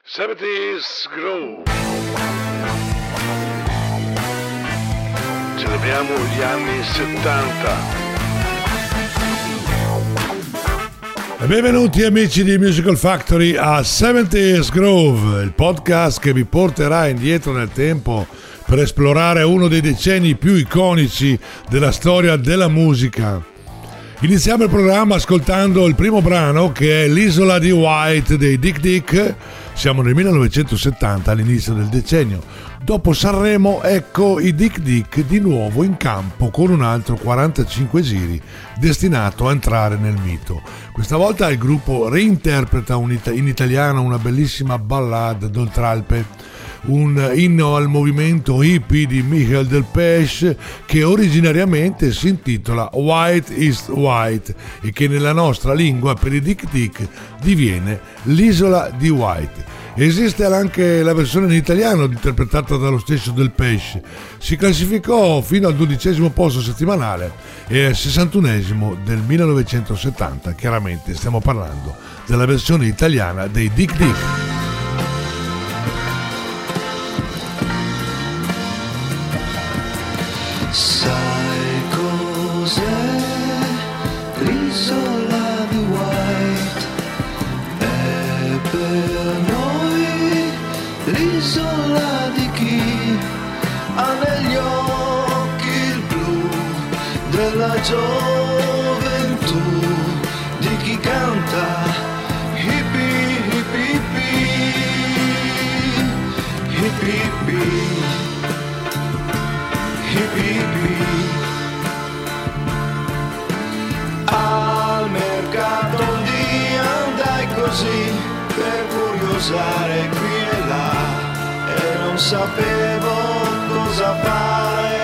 70's Groove. Celebriamo gli anni 70. Benvenuti amici di Musical Factory a 70's Groove, il podcast che vi porterà indietro nel tempo per esplorare uno dei decenni più iconici della storia della musica. Iniziamo il programma ascoltando il primo brano, che è L'isola di White dei Dick Dick. Siamo nel 1970, all'inizio del decennio. Dopo Sanremo, ecco i Dick Dick di nuovo in campo con un altro 45 giri destinato a entrare nel mito. Questa volta il gruppo reinterpreta in italiano una bellissima ballad d'Oltralpe, un inno al movimento hippie di Michel Delpech, che originariamente si intitola White is White e che nella nostra lingua per i Dick Dick diviene L'isola di White. Esiste anche la versione in italiano interpretata dallo stesso Delpech. Si classificò fino al 12° posto settimanale e al 61° del 1970. Chiaramente stiamo parlando della versione italiana dei Dick Dick. Sai cos'è l'isola di White? È per noi l'isola di chi ha negli occhi il blu della gioventù, di chi canta hippie hippie hippie hippie hippie. Al mercato un dia andai così per curiosare qui e là e non sapevo cosa fare.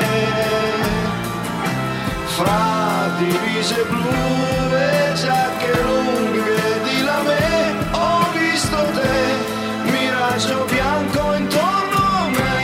Fra divise blu e giacche lunghe di lame ho visto te, miraggio bianco intorno a me.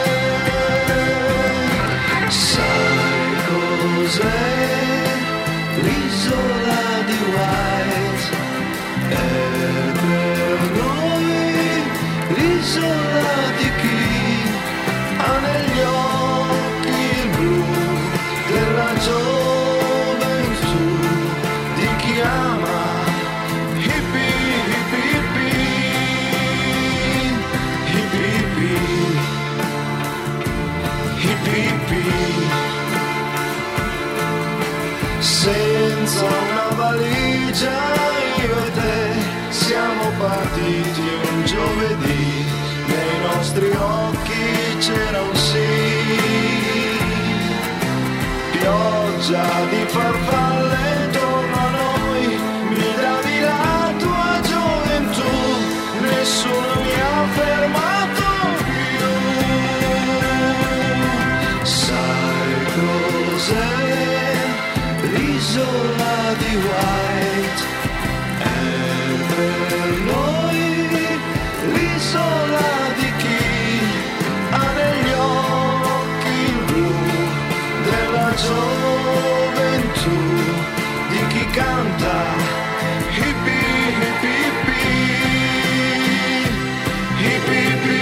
Sai cos'è l'isola di White? È per noi l'isola di chi ha negli occhi il blu della gioventù, di chi ama hippie hippie hippie hippie hippie hippie. Senza una valigia io e te siamo partiti un giovedì, nei nostri occhi c'era un sì, pioggia di farfalle intorno a noi, mi davi la tua gioventù, nessuno mi ha fermato più. Sai cos'è l'isola di White? È per noi l'isola di chi ha negli occhi il blu della gioventù, di chi canta hippie hippie hippie hippie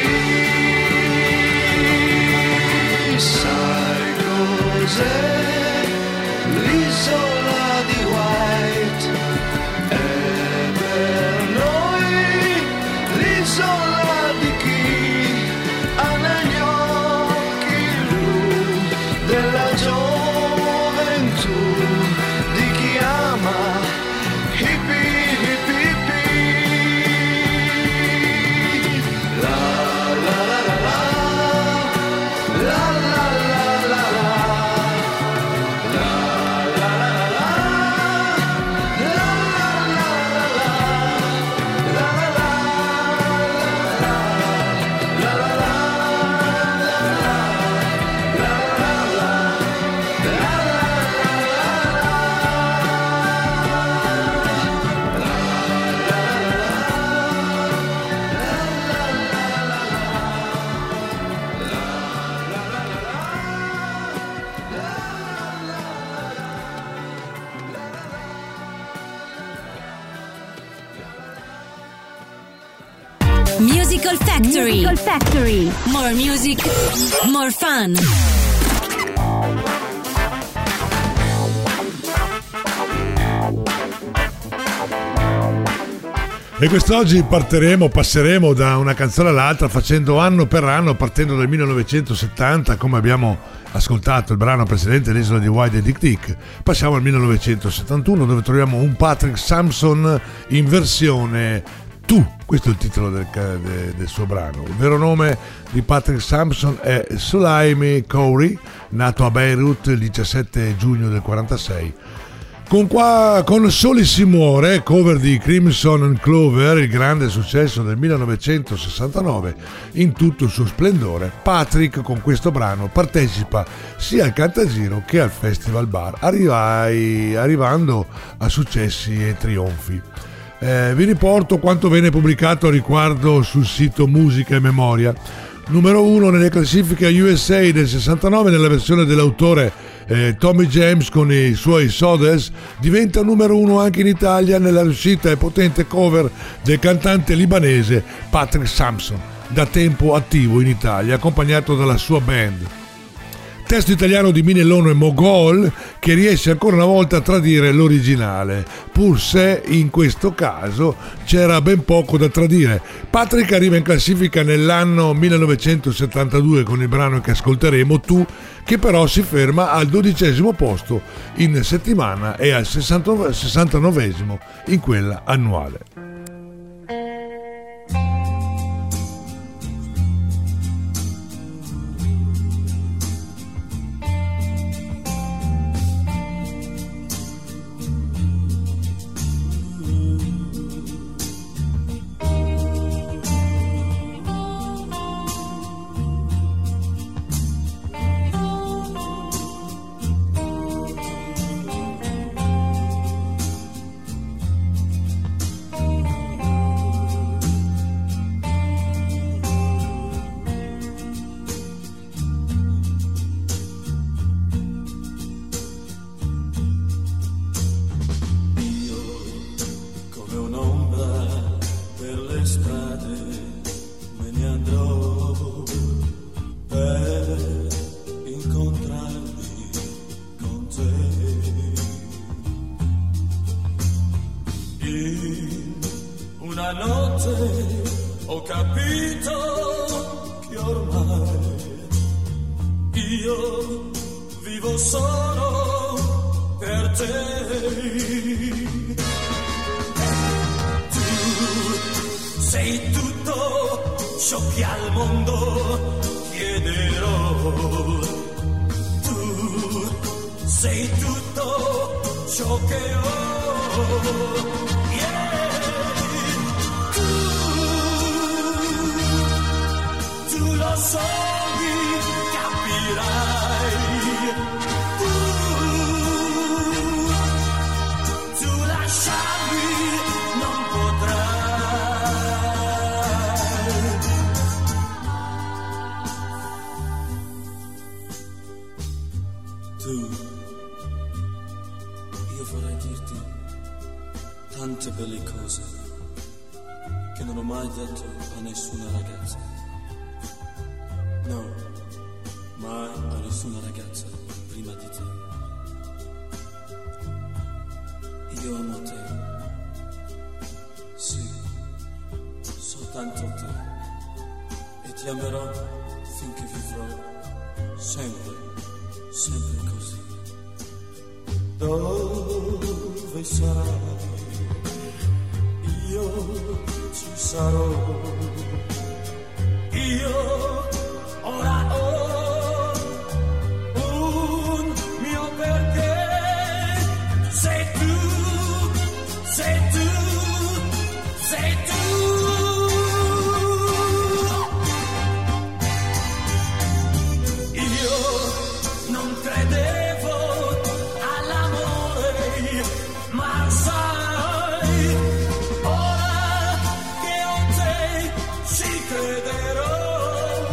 hippie. Sai cos'è l'isola di White? È per noi l'isola di chi ha negli occhi il blu della gioventù, di chi ama hippie hippie hippie. La la la la la la la la la la. Musical Factory. Musical Factory. More music, more fun. E quest'oggi passeremo da una canzone all'altra facendo anno per anno, partendo dal 1970, come abbiamo ascoltato il brano precedente, l'Isola di Wild e Dick Dick. Passiamo al 1971, dove troviamo un Patrick Sampson in versione Tu. Questo è il titolo del suo brano. Il vero nome di Patrick Sampson è Sulaimi Khoury, nato a Beirut il 17 giugno del 46. Con Soli si muore, cover di Crimson and Clover, il grande successo del 1969, in tutto il suo splendore, Patrick con questo brano partecipa sia al Cantagiro che al Festival Bar, arrivando a successi e trionfi. Vi riporto quanto venne pubblicato a riguardo sul sito Musica e Memoria. Numero 1 nelle classifiche USA del 69 nella versione dell'autore Tommy James con i suoi Sodas, diventa numero 1 anche in Italia nella riuscita e potente cover del cantante libanese Patrick Sampson, da tempo attivo in Italia, accompagnato dalla sua band. Testo italiano di Minellono e Mogol, che riesce ancora una volta a tradire l'originale, pur se in questo caso c'era ben poco da tradire. Patrick arriva in classifica nell'anno 1972 con il brano che ascolteremo, Tu, che però si ferma al 12° posto in settimana e al 69° in quella annuale. Tante belle cose che non ho mai detto a nessuna ragazza. No, mai a nessuna ragazza prima di te. Io amo te. Sì, soltanto te. E ti amerò finché vivrò. Sempre, sempre così. Dove sarai? Io ci sarò, io ora ho un mio perché, sei tu, sei tu, sei tu. Io non credevo all'amore, ma sai, crederò.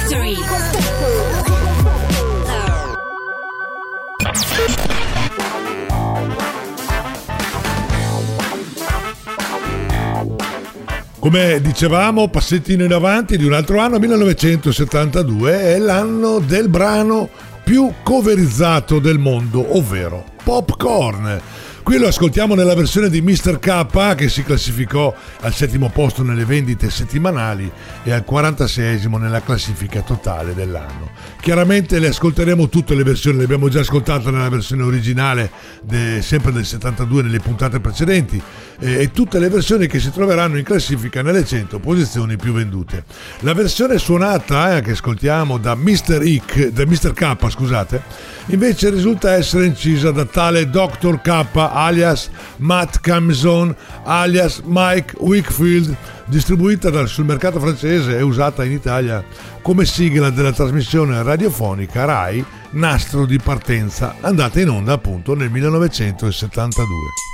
Factory. Come dicevamo, passettino in avanti di un altro anno, 1972, è l'anno del brano più coverizzato del mondo, ovvero Popcorn. Qui lo ascoltiamo nella versione di Mr. K, che si classificò al 7° posto nelle vendite settimanali e al 46esimo nella classifica totale dell'anno. Chiaramente le ascolteremo tutte le versioni, le abbiamo già ascoltate nella versione originale sempre del 72 nelle puntate precedenti, e tutte le versioni che si troveranno in classifica nelle 100 posizioni più vendute. La versione suonata che ascoltiamo da Mr. K, scusate, invece risulta essere incisa da tale Dr. K alias Matt Camison alias Mike Wickfield, distribuita sul mercato francese e usata in Italia come sigla della trasmissione radiofonica Rai Nastro di Partenza, andata in onda appunto nel 1972.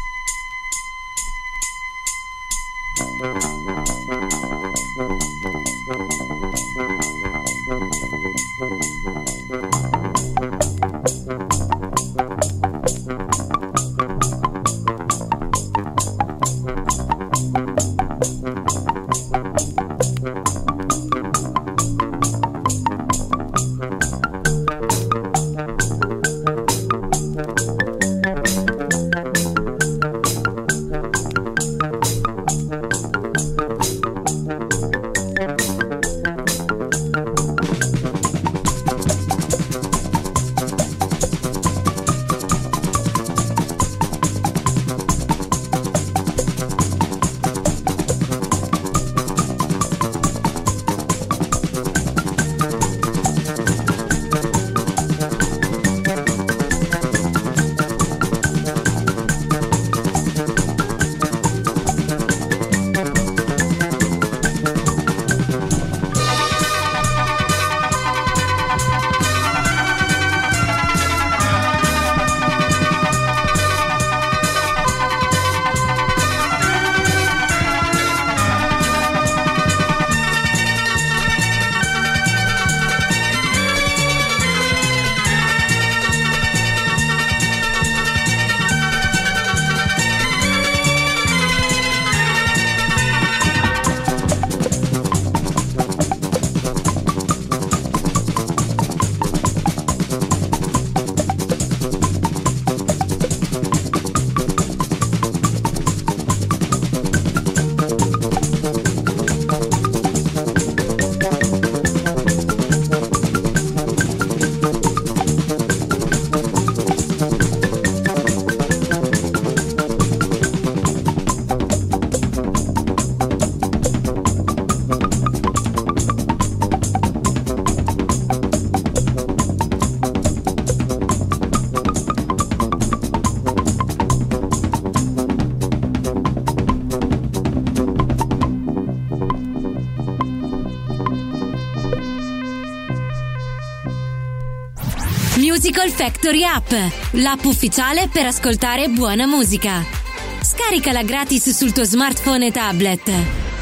Musical Factory App, l'app ufficiale per ascoltare buona musica. Scaricala gratis sul tuo smartphone e tablet.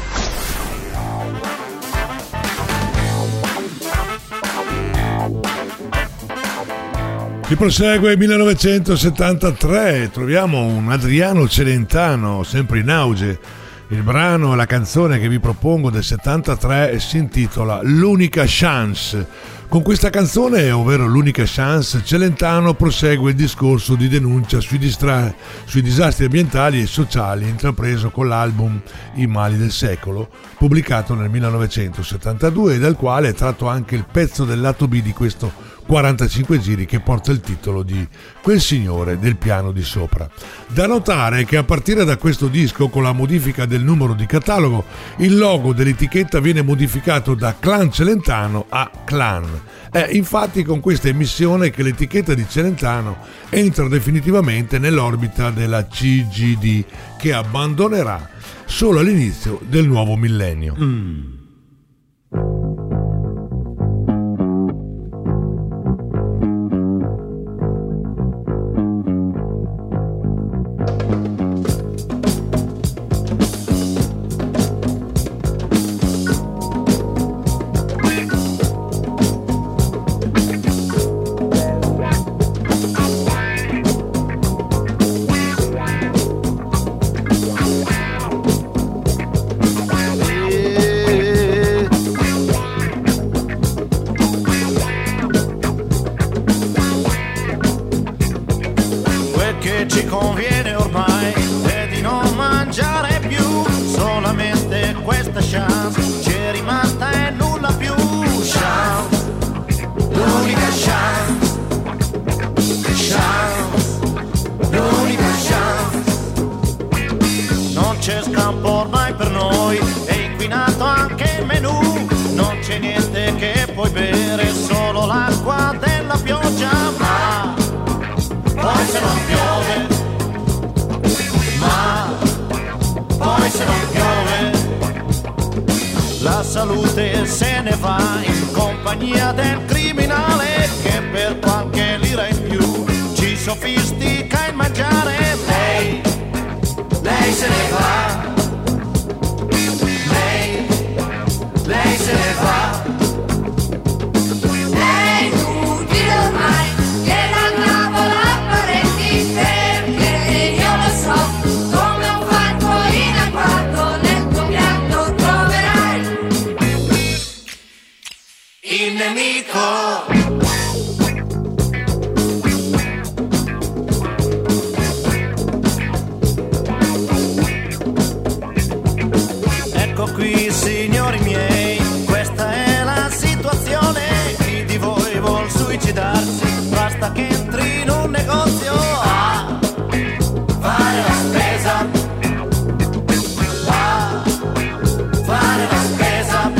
Si prosegue 1973, troviamo un Adriano Celentano sempre in auge. Il brano, la canzone che vi propongo del 73 si intitola L'unica chance. Con questa canzone, ovvero L'unica chance, Celentano prosegue il discorso di denuncia sui disastri ambientali e sociali intrapreso con l'album I mali del secolo, pubblicato nel 1972 e dal quale è tratto anche il pezzo del lato B di questo 45 giri che porta il titolo di Quel signore del piano di sopra. Da notare che a partire da questo disco, con la modifica del numero di catalogo, il logo dell'etichetta viene modificato da Clan Celentano a Clan. È infatti con questa emissione che l'etichetta di Celentano entra definitivamente nell'orbita della CGD, che abbandonerà solo all'inizio del nuovo millennio. puoi bere solo l'acqua della pioggia, ma poi se non piove, ma poi se non piove, la salute se ne va in compagnia del criminale che per qualche lira in più ci sofistica il mangiare. Lei se ne va, lei se ne va. È inutile ormai che la tavola apparecchi, perché io lo so, come un fatto in agguato nel tuo piatto troverai il nemico. Qui, signori miei, questa è la situazione. Chi di voi vuol suicidarsi, basta che entri in un negozio a fare la spesa, a fare la spesa,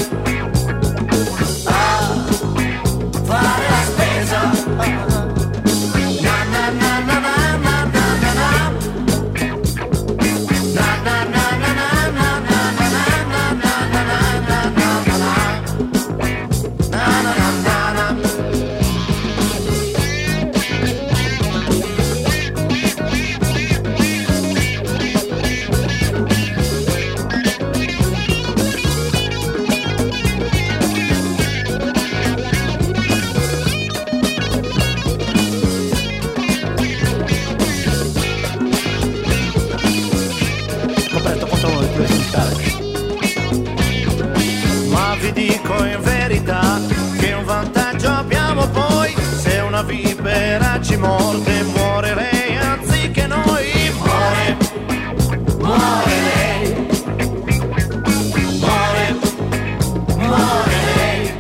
a fare la spesa. Na na na na na na na na na na na na na. Ma vi dico in verità che un vantaggio abbiamo poi: se una vipera ci morde, muore lei anziché noi. Muore, muore lei, muore, muore lei,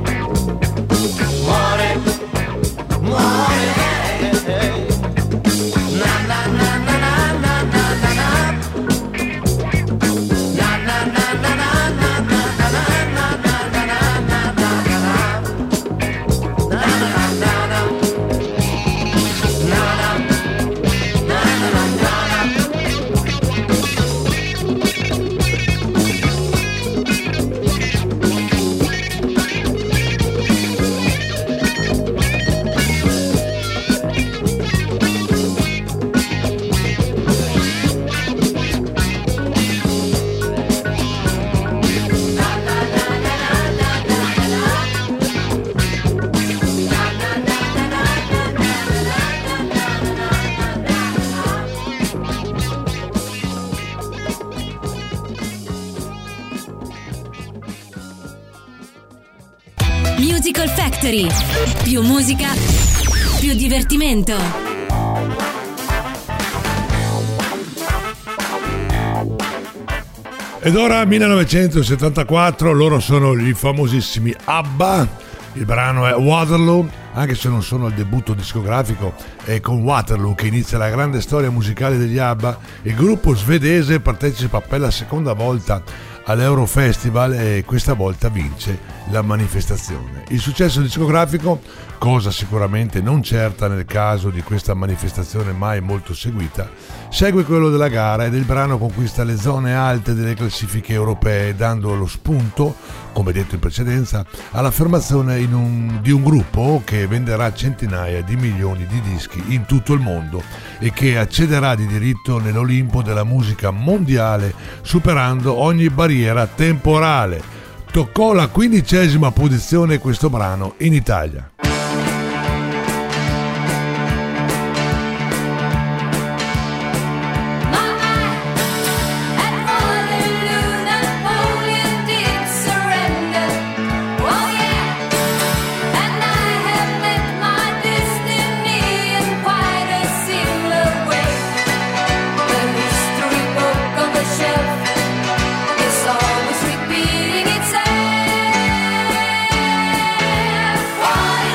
muore, muore lei. Na na na na na na na na. Musical Factory. Più musica, più divertimento. Ed ora 1974, loro sono gli famosissimi ABBA, il brano è Waterloo, anche se non sono al debutto discografico, è con Waterloo che inizia la grande storia musicale degli ABBA. Il gruppo svedese partecipa per la seconda volta all'Eurofestival e questa volta vince la manifestazione. Il successo discografico, cosa sicuramente non certa nel caso di questa manifestazione mai molto seguita, segue quello della gara ed il brano conquista le zone alte delle classifiche europee, dando lo spunto, come detto in precedenza, all'affermazione di un gruppo che venderà centinaia di milioni di dischi in tutto il mondo e che accederà di diritto nell'Olimpo della musica mondiale, superando ogni barriera temporale. Toccò la 15ª posizione questo brano in Italia. Repeating itself.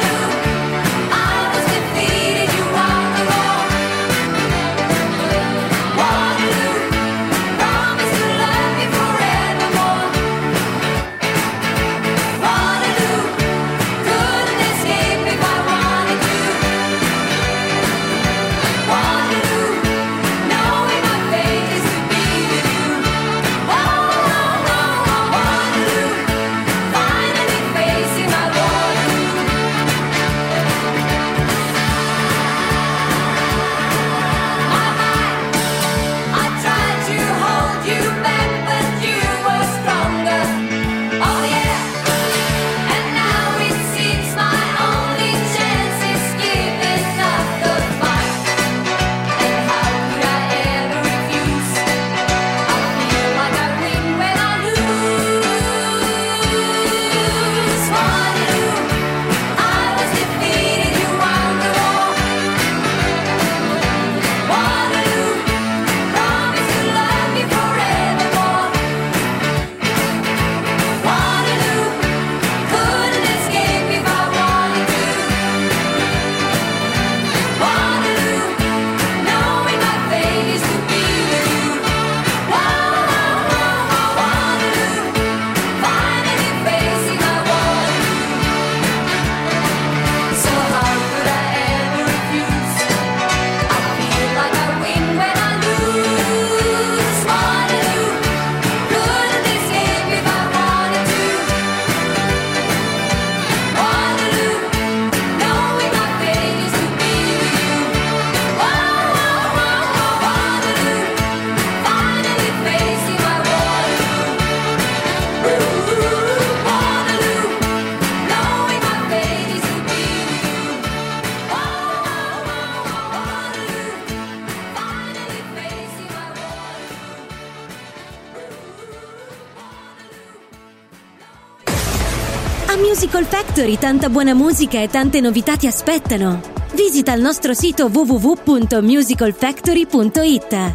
Musical Factory, tanta buona musica e tante novità ti aspettano. Visita il nostro sito www.musicalfactory.it.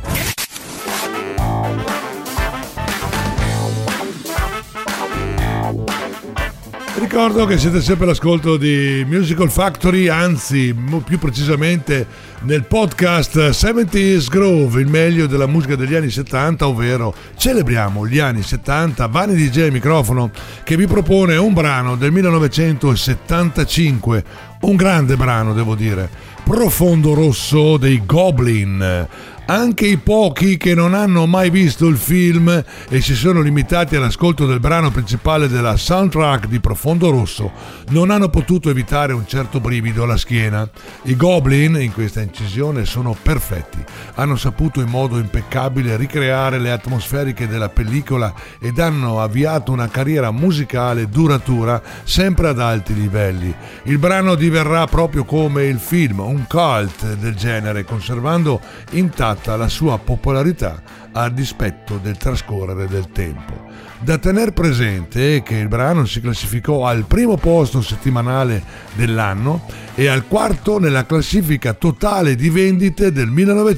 Ricordo che siete sempre all'ascolto di Musical Factory, anzi più precisamente nel podcast 70's Groove, il meglio della musica degli anni 70, ovvero celebriamo gli anni 70. Vanni DJ al microfono, che vi propone un brano del 1975, un grande brano devo dire, Profondo Rosso dei Goblin. Anche i pochi che non hanno mai visto il film e si sono limitati all'ascolto del brano principale della soundtrack di Profondo Rosso non hanno potuto evitare un certo brivido alla schiena. I Goblin in questa incisione sono perfetti, hanno saputo in modo impeccabile ricreare le atmosferiche della pellicola ed hanno avviato una carriera musicale duratura sempre ad alti livelli. Il brano diverrà proprio come il film, un cult del genere, conservando intatta la sua popolarità a dispetto del trascorrere del tempo. Da tener presente che il brano si classificò al primo posto settimanale dell'anno e al quarto nella classifica totale di vendite del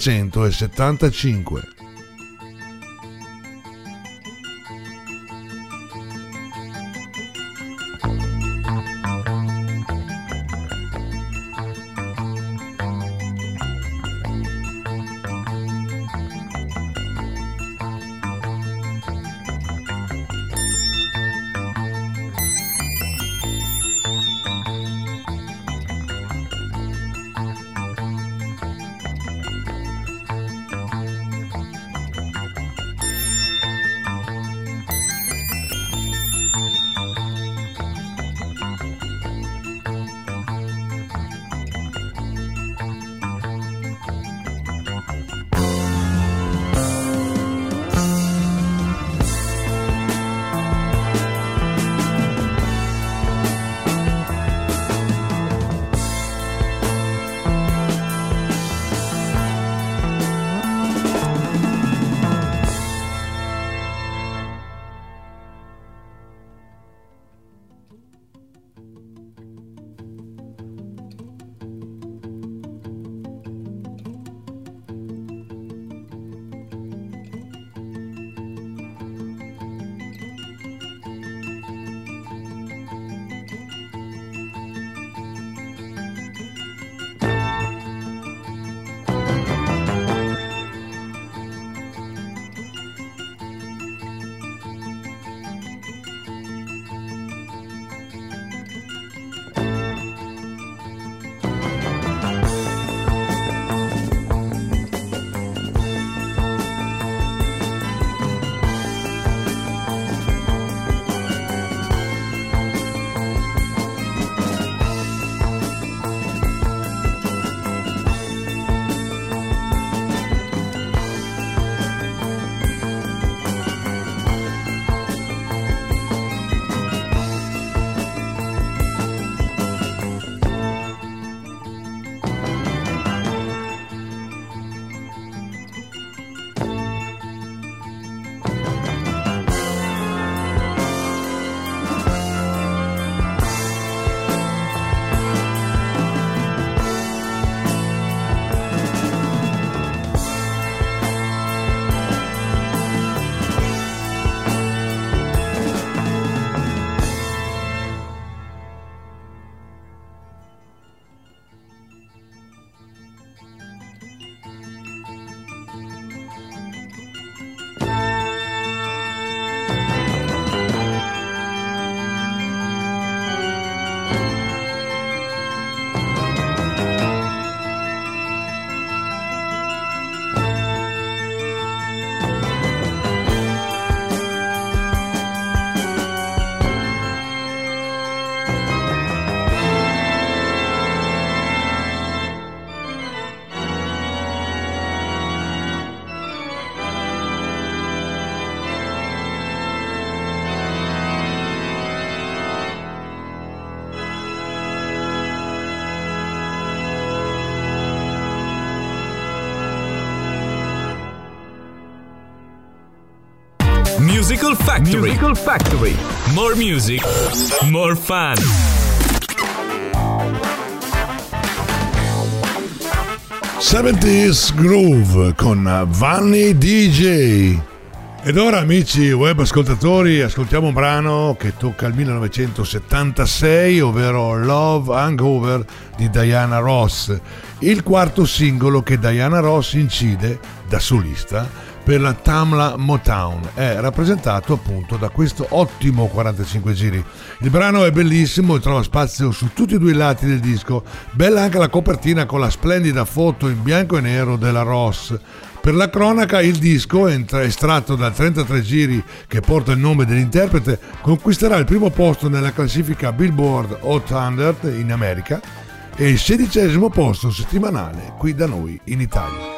1975. Musical Factory. Musical Factory. More music, more fun. '70s Groove con Vanni DJ. Ed ora, amici web ascoltatori, ascoltiamo un brano che tocca il 1976, ovvero Love Hangover di Diana Ross, il quarto singolo che Diana Ross incide da solista per la Tamla Motown. È rappresentato appunto da questo ottimo 45 giri. Il brano è bellissimo e trova spazio su tutti e due i lati del disco. Bella anche la copertina con la splendida foto in bianco e nero della Ross. Per la cronaca, il disco, estratto da 33 giri che porta il nome dell'interprete, conquisterà il primo posto nella classifica Billboard Hot 100 in America e il 16° posto settimanale qui da noi in Italia.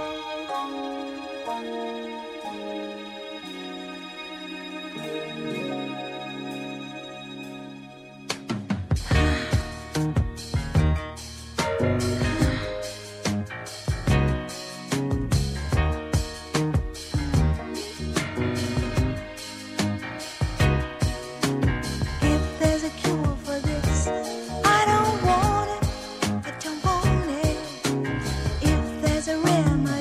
If there's a remedy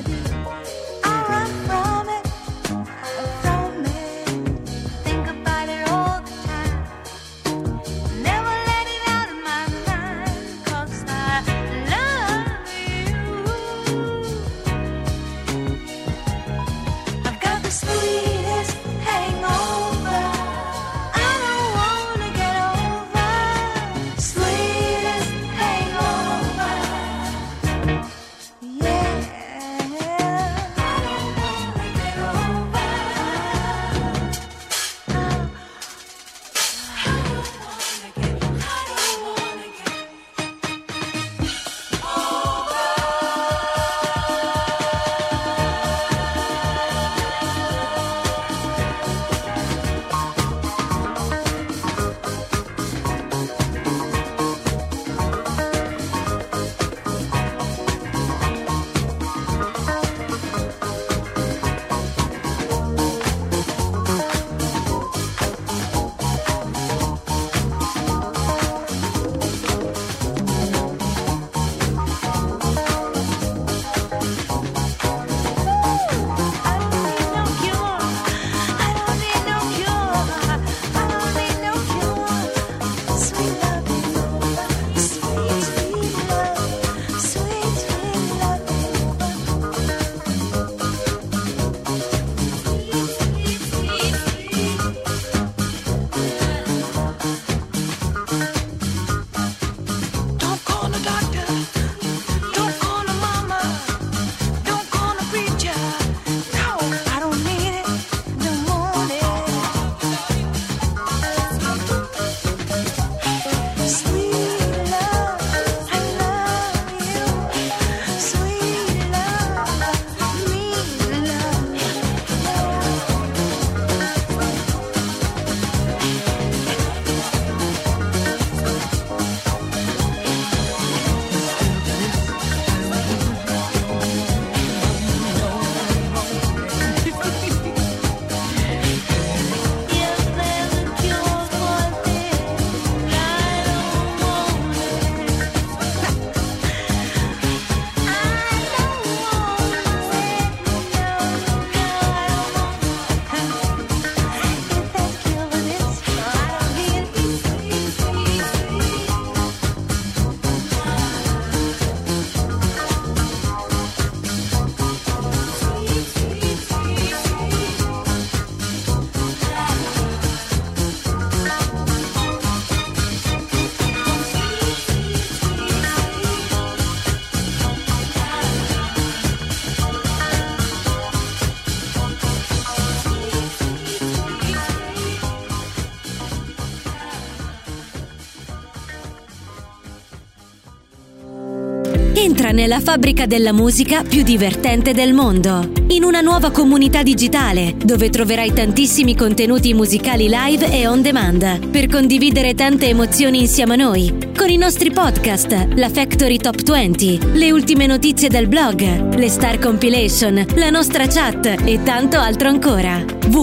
Entra nella fabbrica della musica più divertente del mondo, in una nuova comunità digitale dove troverai tantissimi contenuti musicali live e on demand per condividere tante emozioni insieme a noi, con i nostri podcast, la Factory Top 20, le ultime notizie del blog, le Star Compilation, la nostra chat e tanto altro ancora.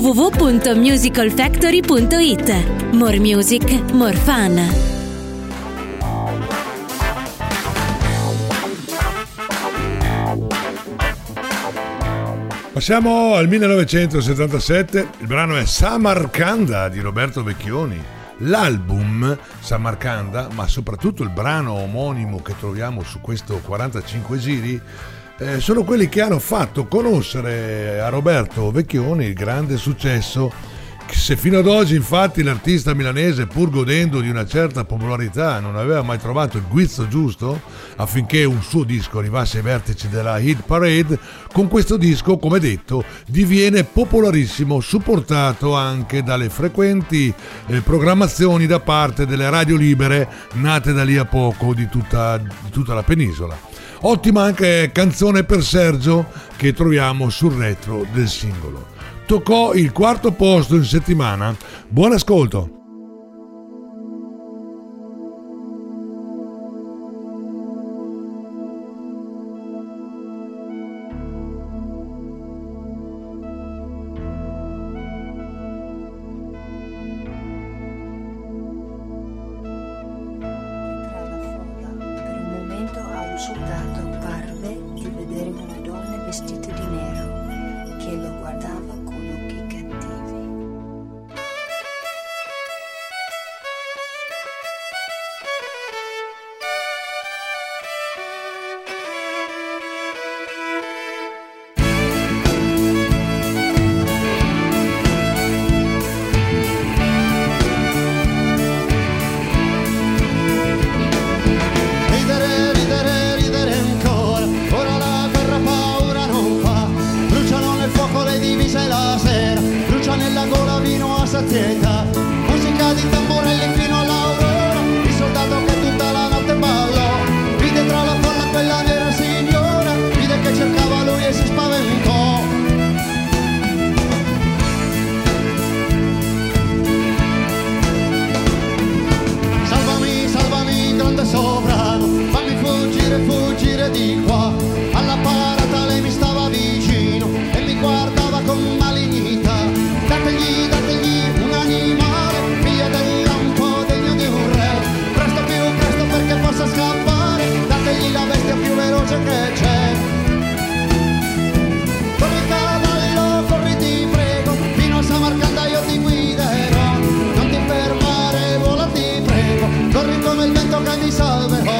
www.musicalfactory.it. More music, more fun. Passiamo al 1977, il brano è Samarcanda di Roberto Vecchioni. L'album Samarcanda, ma soprattutto il brano omonimo che troviamo su questo 45 giri, sono quelli che hanno fatto conoscere a Roberto Vecchioni il grande successo. Se fino ad oggi infatti l'artista milanese, pur godendo di una certa popolarità, non aveva mai trovato il guizzo giusto affinché un suo disco arrivasse ai vertici della hit parade, con questo disco, come detto, diviene popolarissimo, supportato anche dalle frequenti programmazioni da parte delle radio libere nate da lì a poco di tutta la penisola. Ottima anche canzone per Sergio che troviamo sul retro del singolo. Toccò il 4° posto in settimana. Buon ascolto. Tra la folla, per un momento a un soldato parve di vedere una donna vestita di nero che lo guardava con occhi cattivi. Ridere, ridere, ridere ancora, ora la guerra paura non fa, bruciano nel fuoco le divise la sera, brucia nella gola vino a sazietà, musica di tamburelli fino all'aurora, il soldato che tutta la notte ballò, vide tra la folla quella nera signora, vide che cercava lui e si spaventò. Salvami, salvami, grande sovrano, fammi fuggire, fuggire di qua. Alla parata lei mi stava vicino e mi guardava con malignità. Dategli, dategli un animale, figlio del lampo degno di un re. Presto più presto perché possa scappare, dategli la bestia più veloce che c'è. Corri cavallo, corri ti prego, fino a Samarcanda io ti guiderò. Non ti fermare, vola ti prego, corri come il vento che mi salverò.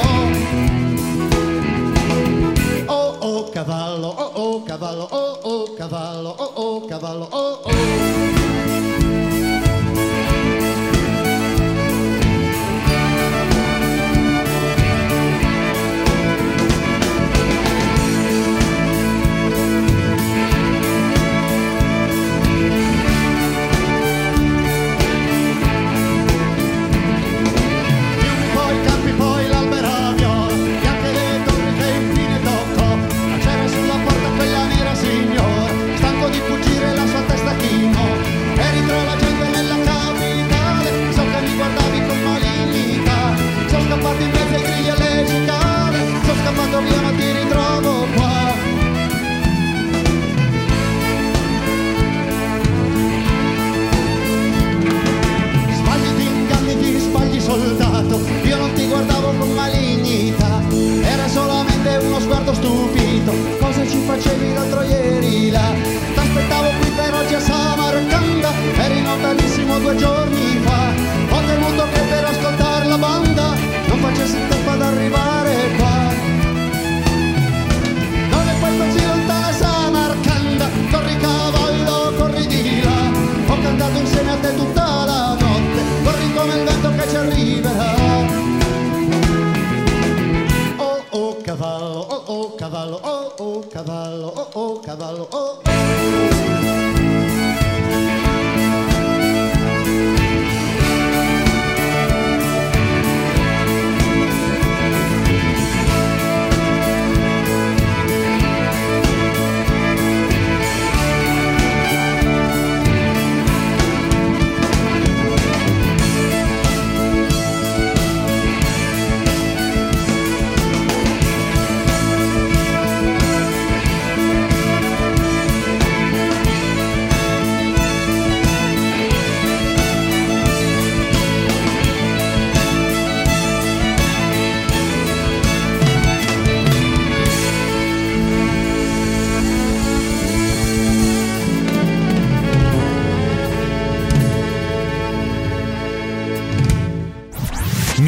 Oh oh cavallo, oh oh cavallo, oh oh cavallo, oh oh cavallo, oh oh. Fiumi poi, campi poi, l'albera viola, e anche le torri che infine toccò. La c'era sulla porta quella nera signora, stanco di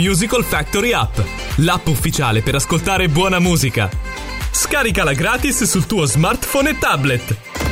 Musical Factory App, l'app ufficiale per ascoltare buona musica. Scaricala gratis sul tuo smartphone e tablet.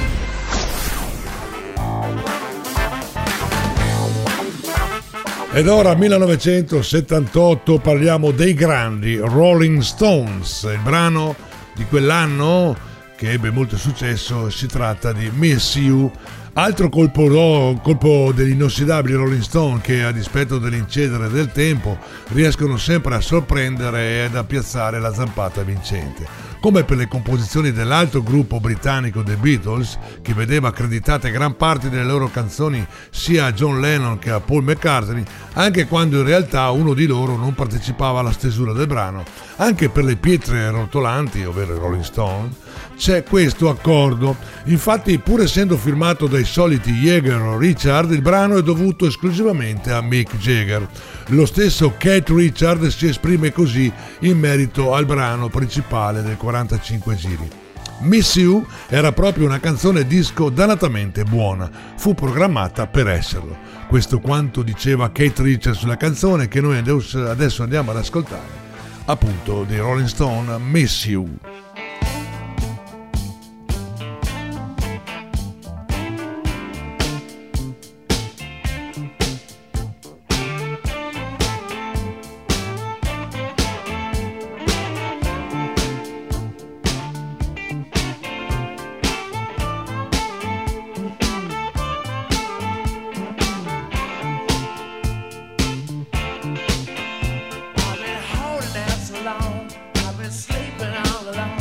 Ed ora 1978 parliamo dei grandi Rolling Stones, il brano di quell'anno che ebbe molto successo, si tratta di Miss You, altro colpo degli inossidabili Rolling Stone che, a dispetto dell'incedere del tempo, riescono sempre a sorprendere ed a piazzare la zampata vincente. Come per le composizioni dell'altro gruppo britannico The Beatles, che vedeva accreditate gran parte delle loro canzoni sia a John Lennon che a Paul McCartney, anche quando in realtà uno di loro non partecipava alla stesura del brano, anche per le pietre rotolanti, ovvero i Rolling Stone, c'è questo accordo. Infatti, pur essendo firmato dai soliti Jagger o Richard, il brano è dovuto esclusivamente a Mick Jagger. Lo stesso Keith Richard si esprime così in merito al brano principale del 45 giri. Miss You era proprio una canzone disco dannatamente buona, fu programmata per esserlo. Questo quanto diceva Keith Richards sulla canzone che noi adesso andiamo ad ascoltare, appunto dei Rolling Stone, Miss You. I've been holding out so long, I've been sleeping all alone.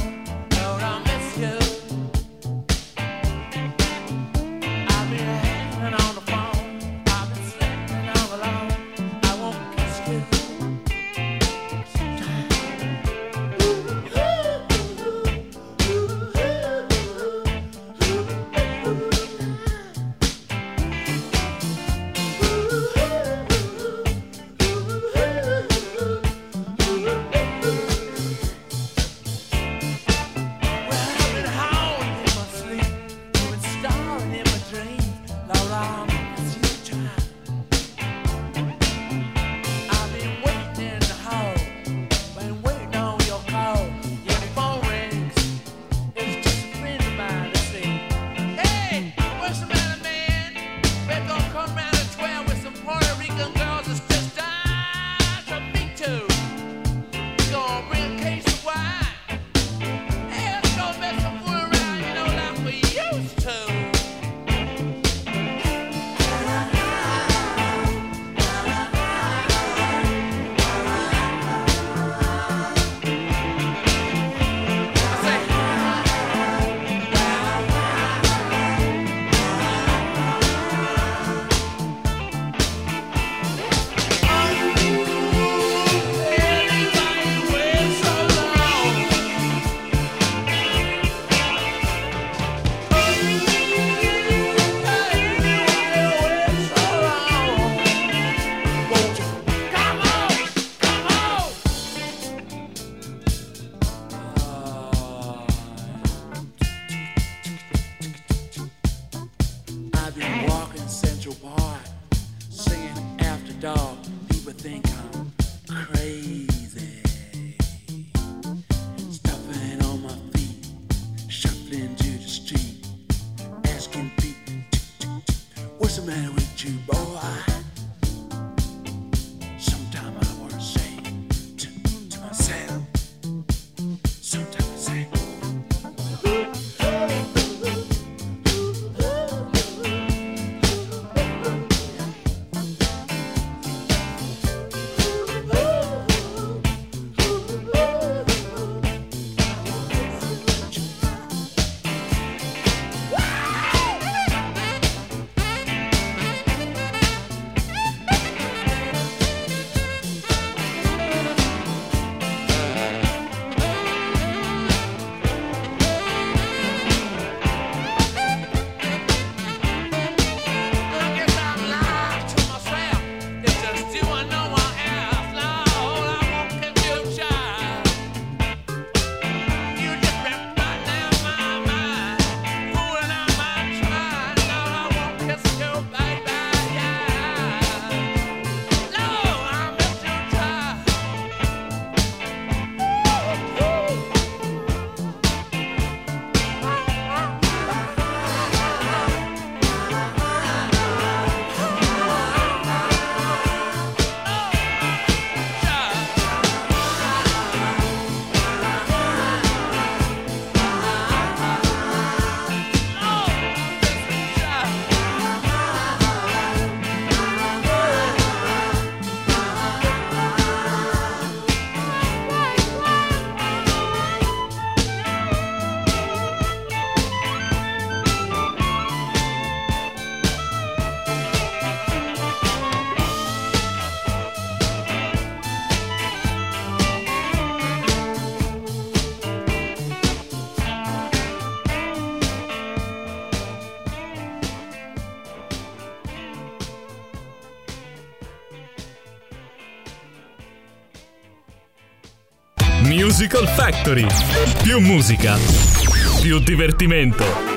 Musical Factory. Più musica, più divertimento.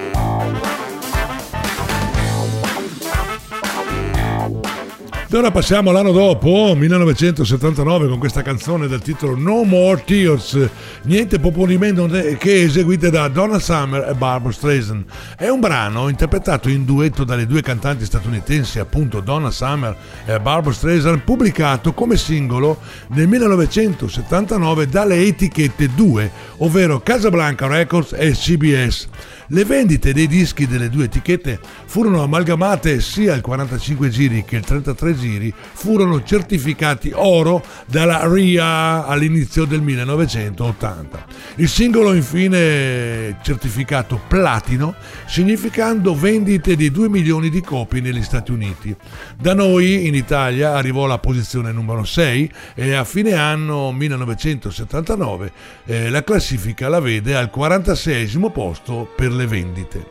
E ora passiamo all'anno dopo, 1979, con questa canzone del titolo No More Tears, niente poco di meno che eseguita da Donna Summer e Barbra Streisand. È un brano interpretato in duetto dalle due cantanti statunitensi, appunto Donna Summer e Barbra Streisand, pubblicato come singolo nel 1979 dalle etichette 2, ovvero Casablanca Records e CBS. Le vendite dei dischi delle due etichette furono amalgamate, sia il 45 giri che il 33 giri furono certificati oro dalla RIA all'inizio del 1980. Il singolo infine certificato platino, significando vendite di 2 milioni di copie negli Stati Uniti. Da noi in Italia arrivò alla posizione numero 6 e a fine anno 1979 la classifica la vede al 46esimo posto per le vendite.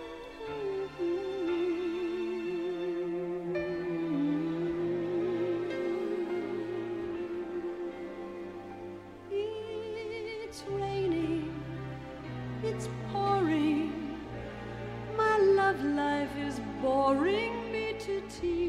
It's raining, it's pouring, my love life is boring me to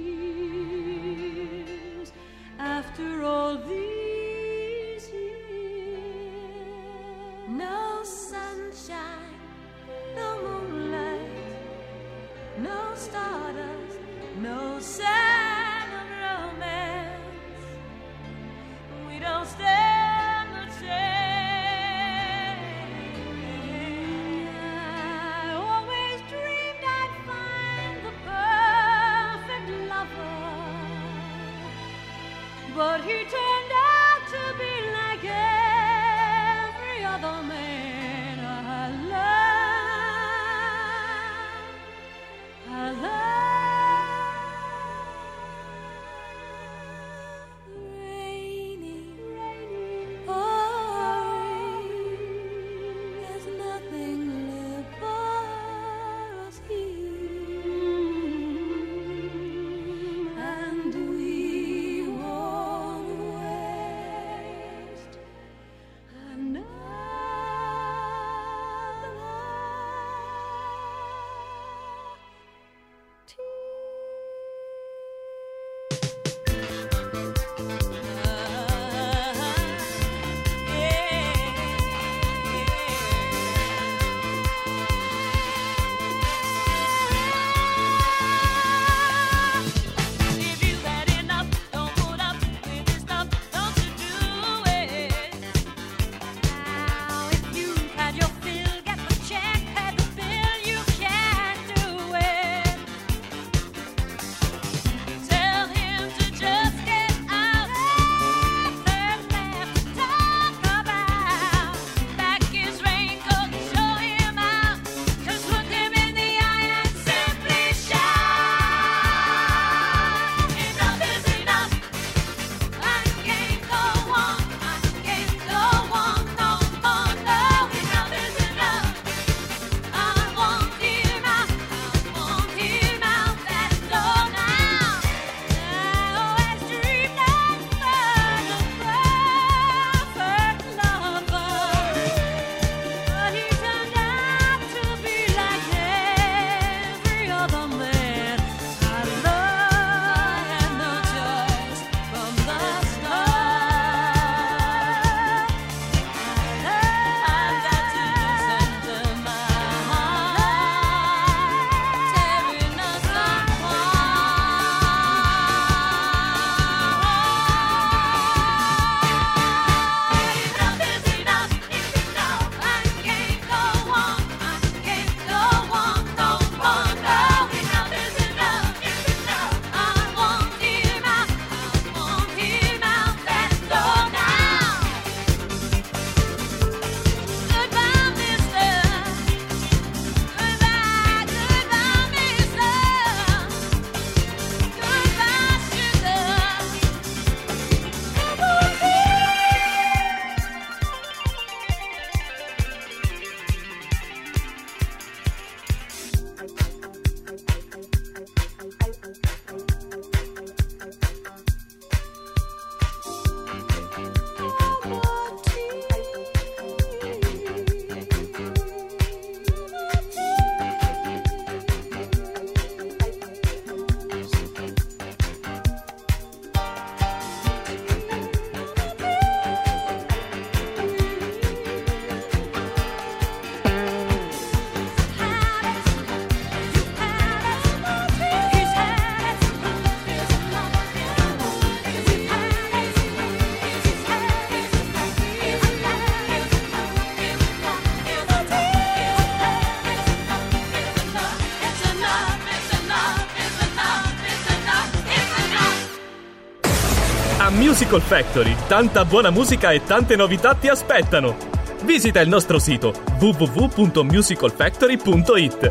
tears after all these years. No sunshine, no moonlight, no stardust, no sign of romance. We don't stand a chance. I always dreamed I'd find the perfect lover, but he turned out to be like every other man I love. Musical Factory, tanta buona musica e tante novità ti aspettano. Visita il nostro sito www.musicalfactory.it.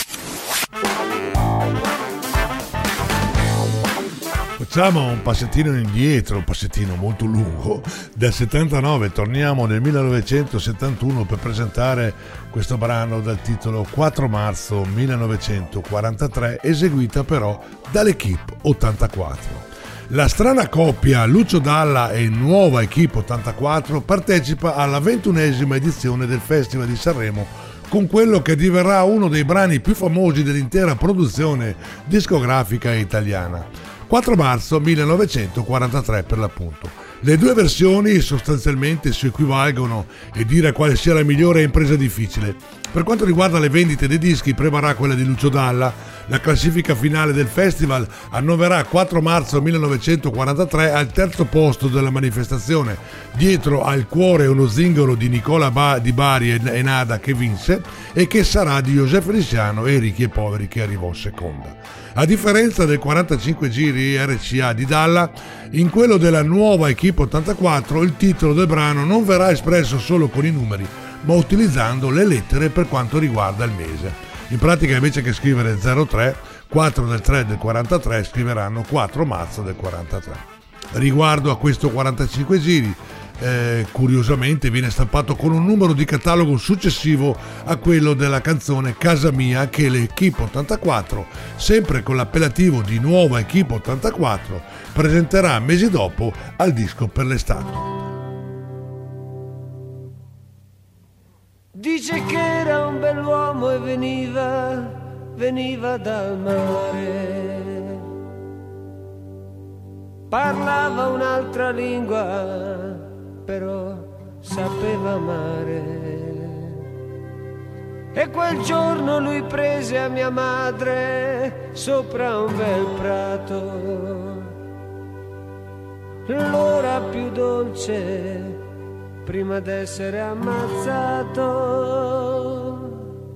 Facciamo un passettino indietro, un passettino molto lungo, dal 79 torniamo nel 1971 per presentare questo brano dal titolo 4 marzo 1943, eseguita però dall'Equipe 84. La strana coppia Lucio Dalla e Nuova Equipe 84 partecipa alla 21esima edizione del Festival di Sanremo con quello che diverrà uno dei brani più famosi dell'intera produzione discografica italiana. 4 marzo 1943 per l'appunto. Le due versioni sostanzialmente si equivalgono e dire quale sia la migliore è impresa difficile. Per quanto riguarda le vendite dei dischi, prevarrà quella di Lucio Dalla. La classifica finale del festival annoverà 4 marzo 1943 al terzo posto della manifestazione, dietro al Cuore uno zingaro di Nicola di Bari e Nada che vinse e che sarà di José Feliciano e Ricchi e Poveri che arrivò seconda. A differenza del 45 giri RCA di Dalla, in quello della Nuova Equipe 84 il titolo del brano non verrà espresso solo con i numeri, ma utilizzando le lettere per quanto riguarda il mese. In pratica, invece che scrivere 03, 4 del 3 del 43 scriveranno 4 marzo del 43. Riguardo a questo 45 giri, curiosamente viene stampato con un numero di catalogo successivo a quello della canzone Casa Mia che l'Equipe 84, sempre con l'appellativo di Nuova Equipe 84, presenterà mesi dopo al disco per l'estate. Dice che era un bell'uomo e veniva dal mare. Parlava un'altra lingua, però sapeva amare. E quel giorno lui prese a mia madre sopra un bel prato, l'ora più dolce prima d'essere ammazzato.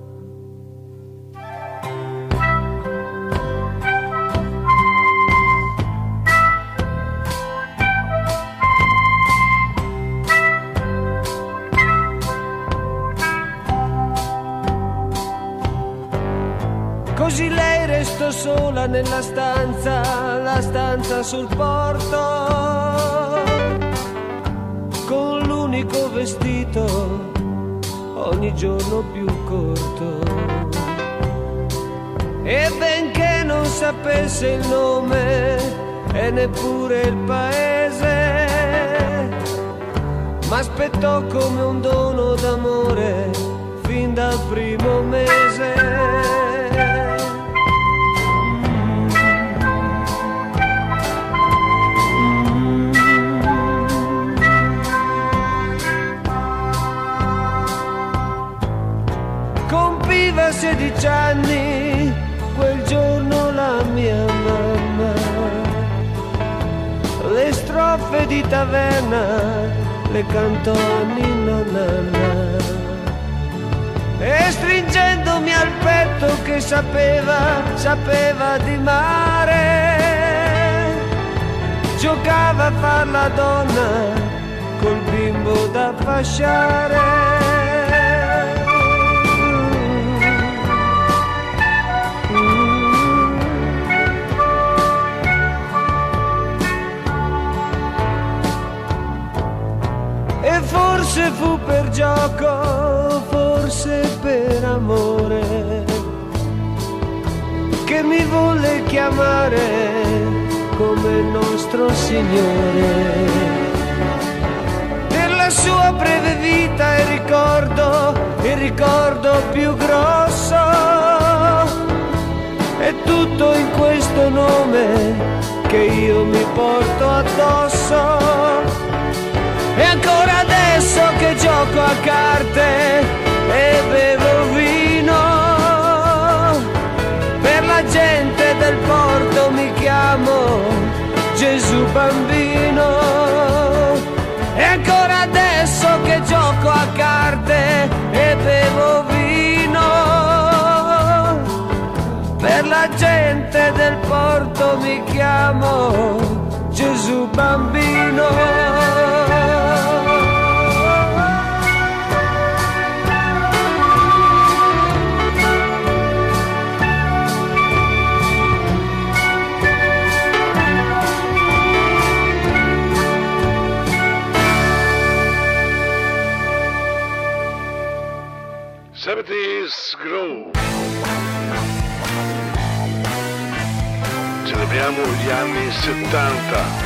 Così lei restò sola nella stanza, la stanza sul porto, con l'unico vestito ogni giorno più corto. E benché non sapesse il nome e neppure il paese, m'aspettò come un dono d'amore fin dal primo mese. Compiva 16 anni quel giorno la mia mamma, le strofe di taverna le cantò a ninna nanna, e stringendomi al petto che sapeva di mare, giocava a far la donna col bimbo da fasciare. E forse fu per gioco, forse per amore, che mi volle chiamare come nostro Signore. Per la sua breve vita il ricordo più grosso, è tutto in questo nome che io mi porto addosso. E ancora adesso che gioco a carte e bevo vino, per la gente del porto mi chiamo Gesù Bambino. E ancora adesso che gioco a carte e bevo vino, per la gente del porto mi chiamo Gesù Bambino. bambino. '70s Groove. Celebriamo gli anni 70.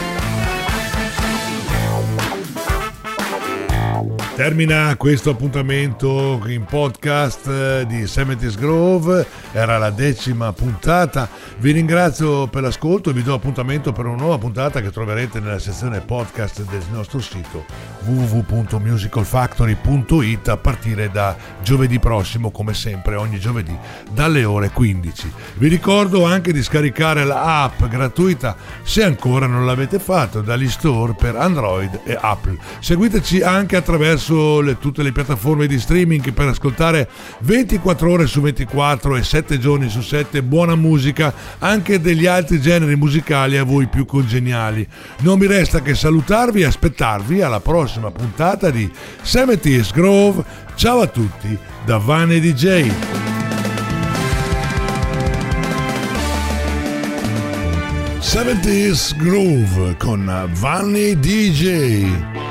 Termina questo appuntamento in podcast di 70s Groove, era la 10ª puntata. Vi ringrazio per l'ascolto e vi do appuntamento per una nuova puntata che troverete nella sezione podcast del nostro sito www.musicalfactory.it a partire da giovedì prossimo, come sempre ogni giovedì dalle ore 15. Vi ricordo anche di scaricare l'app gratuita se ancora non l'avete fatto dagli store per Android e Apple. Seguiteci anche attraverso tutte le piattaforme di streaming per ascoltare 24 ore su 24 e 7 giorni su 7 buona musica, anche degli altri generi musicali a voi più congeniali. Non mi resta che salutarvi e aspettarvi alla prossima puntata di 70s Groove. Ciao a tutti da Vanni DJ. '70s Groove con Vanni DJ.